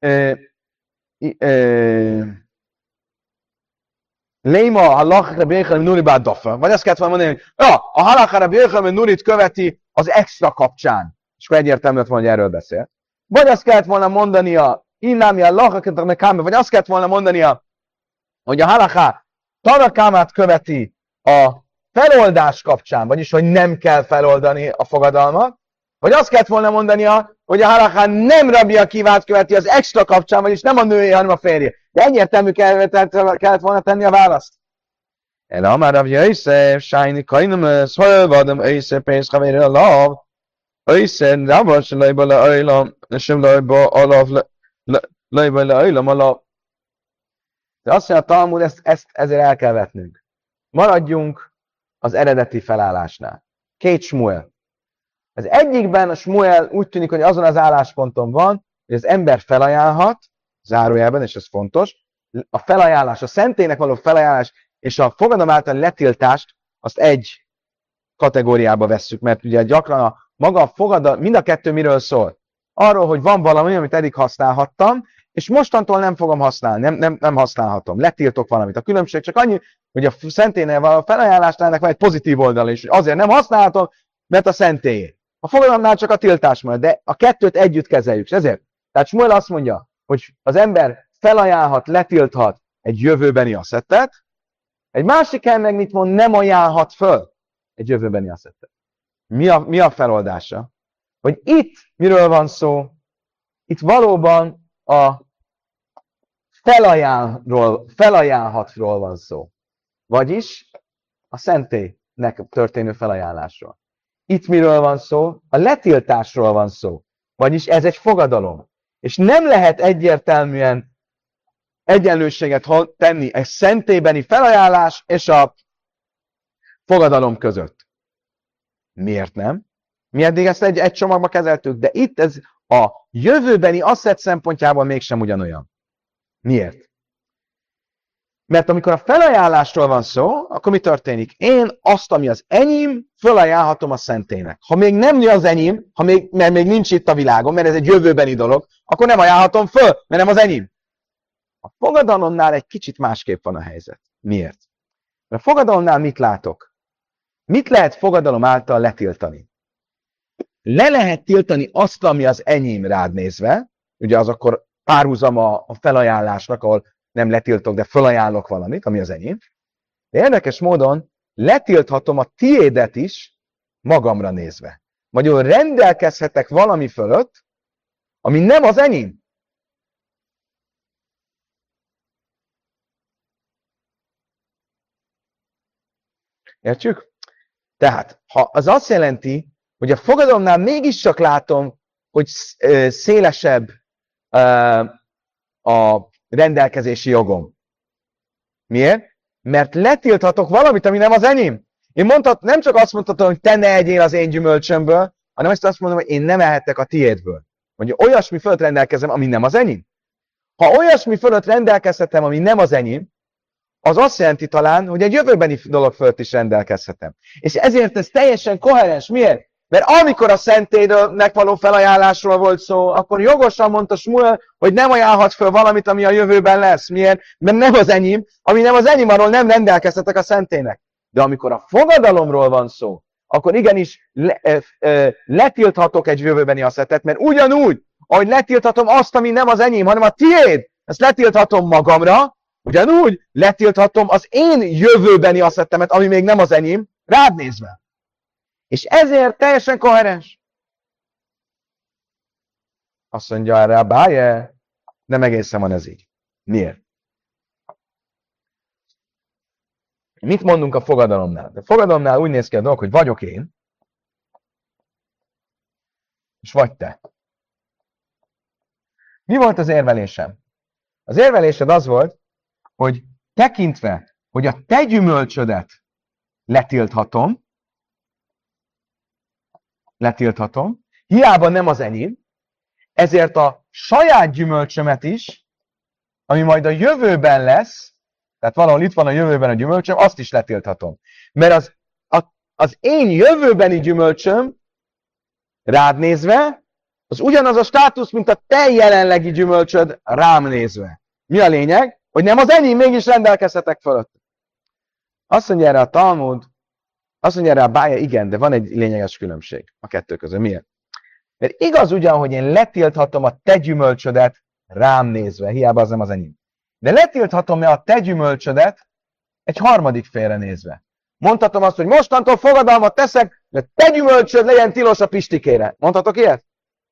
Léma halakha Rabbi Jéhanan ben Nuri ba'adafa. Vagy azt kellett volna mondani, hogy ja, a halakha Rabbi Jéhanan ben Nurit követi az extra kapcsán. És akkor egyértelmű lett volna, hogy erről beszél. Vagy azt kellett volna mondania, innami Allah, vagy azt kellett volna mondania, hogy a halakha Tana Kamát követi a feloldás kapcsán, vagyis hogy nem kell feloldani a fogadalmat, vagy azt kellett volna mondania, hogy a halakha nem Rabbi Akivát követi az extra kapcsán, vagyis nem a nője, hanem a férje. De egyértelmű kellett, kellett volna tenni a választ. El amár Rabbi Yosef, Sájni Kainom, Szolvadom, Yosef, Pénz, Havére, Lav, Yosef, Rabba, se lejba le ajlam, sem lejba alav, lejba le ajlam alav. De azt mondja a Talmud, ezt, ezt ezért el kell vetnünk. Maradjunk az eredeti felállásnál. Két Smuel. Az egyikben a Smuel úgy tűnik, hogy azon az állásponton van, hogy az ember felajánlhat, zárójelben, és ez fontos, a felajánlás, a szentélynek való felajánlás és a fogadalom által letiltást azt egy kategóriába vesszük, mert ugye gyakran a maga a fogadal, mind a kettő miről szól? Arról, hogy van valami, amit eddig használhattam, és mostantól nem fogom használni, nem, nem, nem használhatom, letiltok valamit. A különbség csak annyi, hogy a szentélynél a felajánlásnál ennek van egy pozitív oldala is, hogy azért nem használhatom, mert a szentélyé. A fogadalomnál csak a tiltás marad, de a kettőt együtt kezeljük, és ezért. Tehát Smuel azt mondja, hogy az ember felajánlhat, letilthat egy jövőbeni asszettet, egy másik helyen meg mit mond, nem ajánlhat föl egy jövőbeni asszettet. Mi a, mi a feloldása? Hogy itt miről van szó? Itt valóban a felajánlról, felajánlhatról van szó. Vagyis a szentélynek történő felajánlásról. Itt miről van szó? A letiltásról van szó. Vagyis ez egy fogadalom. És nem lehet egyértelműen egyenlőséget tenni egy szentélybeni felajánlás és a fogadalom között. Miért nem? Mi eddig ezt egy, egy csomagba kezeltük, de itt ez a jövőbeni asszett szempontjából mégsem ugyanolyan. Miért? Mert amikor a felajánlásról van szó, akkor mi történik? Én azt, ami az enyém, felajánlhatom a szentélynek. Ha még nem az enyém, ha még, mert még nincs itt a világon, mert ez egy jövőbeni dolog, akkor nem ajánlhatom föl, mert nem az enyém. A fogadalomnál egy kicsit másképp van a helyzet. Miért? Mert a fogadalomnál mit látok? Mit lehet fogadalom által letiltani? Le lehet tiltani azt, ami az enyém rád nézve, ugye az akkor párhuzama a felajánlásnak, ahol nem letiltok, de felajánlok valamit, ami az enyém. De érdekes módon letilthatom a tiédet is magamra nézve. Magyarul rendelkezhetek valami fölött, ami nem az enyém. Értjük? Tehát, ha az azt jelenti, hogy a fogadalomnál mégiscsak látom, hogy szélesebb a rendelkezési jogom. Miért? Mert letilthatok valamit, ami nem az enyém. Én mondhat, nem csak azt mondhatom, hogy te ne egyél az én gyümölcsömből, hanem ezt azt mondom, hogy én nem ehettek a tiédből. Mondja, olyasmi fölött rendelkezem, ami nem az enyém. Ha olyasmi fölött rendelkezhetem, ami nem az enyém, az azt jelenti talán, hogy egy jövőbeni dolog fölött is rendelkezhetem. És ezért ez teljesen koherens. Miért? Mert amikor a szentélynek való felajánlásról volt szó, akkor jogosan mondta Smuel, hogy nem ajánlhat föl valamit, ami a jövőben lesz. Miért? Mert nem az enyém, ami nem az enyém, arról nem rendelkeztetek a szentélynek. De amikor a fogadalomról van szó, akkor igenis le, e, e, letilthatok egy jövőbeni asszettet, mert ugyanúgy, ahogy letilthatom azt, ami nem az enyém, hanem a tiéd, ezt letilthatom magamra, ugyanúgy letilthatom az én jövőbeni asszettemet, ami még nem az enyém, rád nézve. És ezért teljesen koherens. Azt mondja erre a Báje, nem egészen van ez így. Miért? Mit mondunk a fogadalomnál? A fogadalomnál úgy néz ki a dolog, hogy vagyok én, és vagy te. Mi volt az érvelésem? Az érvelésed az volt, hogy tekintve, hogy a te gyümölcsödet letilthatom, letilthatom, hiába nem az enyém, ezért a saját gyümölcsömet is, ami majd a jövőben lesz, tehát valahol itt van a jövőben a gyümölcsöm, azt is letilthatom. Mert az, a, az én jövőbeni gyümölcsöm rád nézve, az ugyanaz a státusz, mint a te jelenlegi gyümölcsöd rám nézve. Mi a lényeg? Hogy nem az enyém, mégis rendelkezhetek fölött. Azt mondja erre a Talmud, azt mondja erre a Bája, igen, de van egy lényeges különbség a kettő között. Miért? Mert igaz ugyan, hogy én letilthatom a te gyümölcsödet rám nézve, hiába az nem az enyém. De letilthatom-e a te gyümölcsödet egy harmadik félre nézve? Mondhatom azt, hogy mostantól fogadalmat teszek, de te gyümölcsöd legyen tilos a Pistikére. Mondhatok ilyet?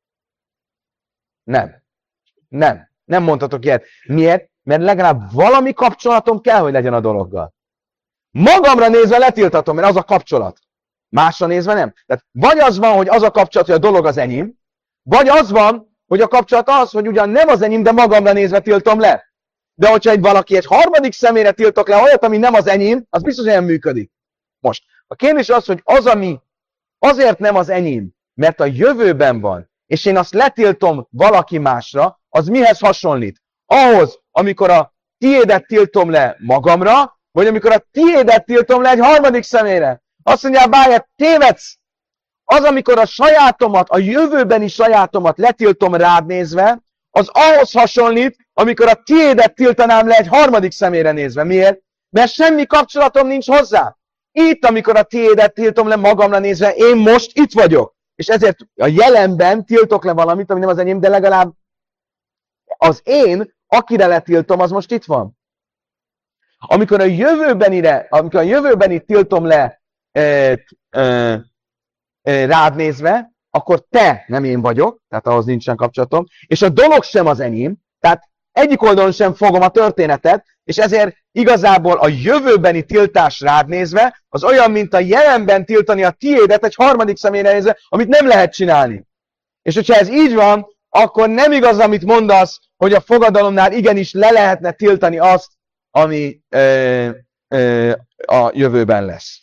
Nem. Nem. Nem mondhatok ilyet. Miért? Mert legalább valami kapcsolatom kell, hogy legyen a dologgal. Magamra nézve letiltatom, mert az a kapcsolat. Másra nézve nem. Tehát vagy az van, hogy az a kapcsolat, hogy a dolog az enyém, vagy az van, hogy a kapcsolat az, hogy ugyan nem az enyém, de magamra nézve tiltom le. De hogyha egy valaki egy harmadik személyre tiltok le olyat, ami nem az enyém, az biztos, hogy nem működik. Most, a kérdés az, hogy az, ami azért nem az enyém, mert a jövőben van, és én azt letiltom valaki másra, az mihez hasonlít? Ahhoz, amikor a tiédet tiltom le magamra, vagy amikor a tiédet tiltom le egy harmadik személyre. Azt mondja, Báje, tévedsz! Az, amikor a sajátomat, a jövőbeni sajátomat letiltom rád nézve, az ahhoz hasonlít, amikor a tiédet tiltanám le egy harmadik személyre nézve. Miért? Mert semmi kapcsolatom nincs hozzá. Itt, amikor a tiédet tiltom le magamra nézve, én most itt vagyok. És ezért a jelenben tiltok le valamit, ami nem az enyém, de legalább az én, akire letiltom, az most itt van. Amikor a jövőbenire, amikor a jövőbeni tiltom le e, e, e, rád nézve, akkor te nem én vagyok, tehát ahhoz nincsen kapcsolatom, és a dolog sem az enyém, tehát egyik oldalon sem fogom a történetet, és ezért igazából a jövőbeni tiltás rád nézve, az olyan, mint a jelenben tiltani a tiédet egy harmadik személyre nézve, amit nem lehet csinálni. És hogyha ez így van, akkor nem igaz, amit mondasz, hogy a fogadalomnál igenis le lehetne tiltani azt, ami ö, ö, a jövőben lesz.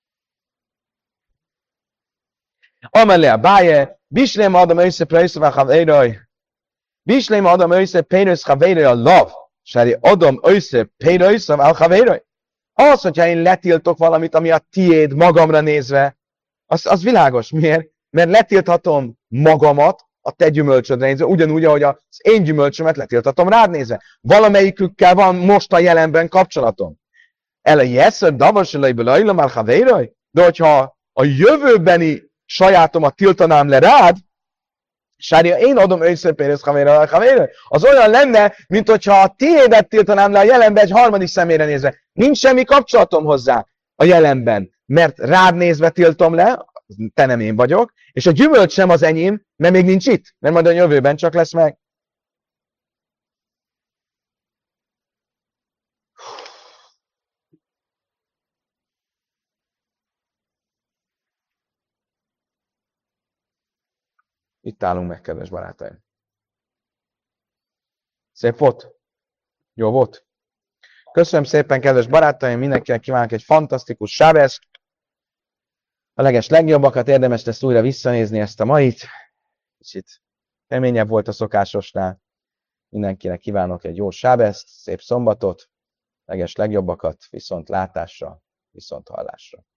Amelé a báje, bislém adom össze prejszövel havéraj, bislém adom össze pénősz havéraj a lav, sári adom össze pénőszövel havéraj. Az, hogyha én letiltok valamit, ami a tiéd magamra nézve, az, az világos. Miért? Mert letilthatom magamat a te gyümölcsödre nézve, ugyanúgy, ahogy az én gyümölcsömet letiltatom rád nézve. Valamelyikükkel van most a jelenben kapcsolatom. El a jeszer davasolajból ajlom el havéraj, de hogyha a jövőbeni sajátomat tiltanám le rád, sárja, én adom őszöpérősz havéraj, havéraj, az olyan lenne, mint hogyha a tiédet tiltanám le a jelenben egy harmadik személyre nézve. Nincs semmi kapcsolatom hozzá a jelenben, mert rád nézve tiltom le, te nem én vagyok, és a gyümölcs sem az enyém, mert még nincs itt, mert majd a jövőben csak lesz meg. Itt állunk meg, kedves barátaim. Szép volt? Jó volt? Köszönöm szépen, kedves barátaim, mindenkinek kívánok egy fantasztikus sábeszt. A leges legjobbakat, érdemes lesz újra visszanézni ezt a mait. Kicsit keményebb volt a szokásosnál. Mindenkinek kívánok egy jó sábeszt, szép szombatot, leges legjobbakat, viszont látásra, viszont hallásra.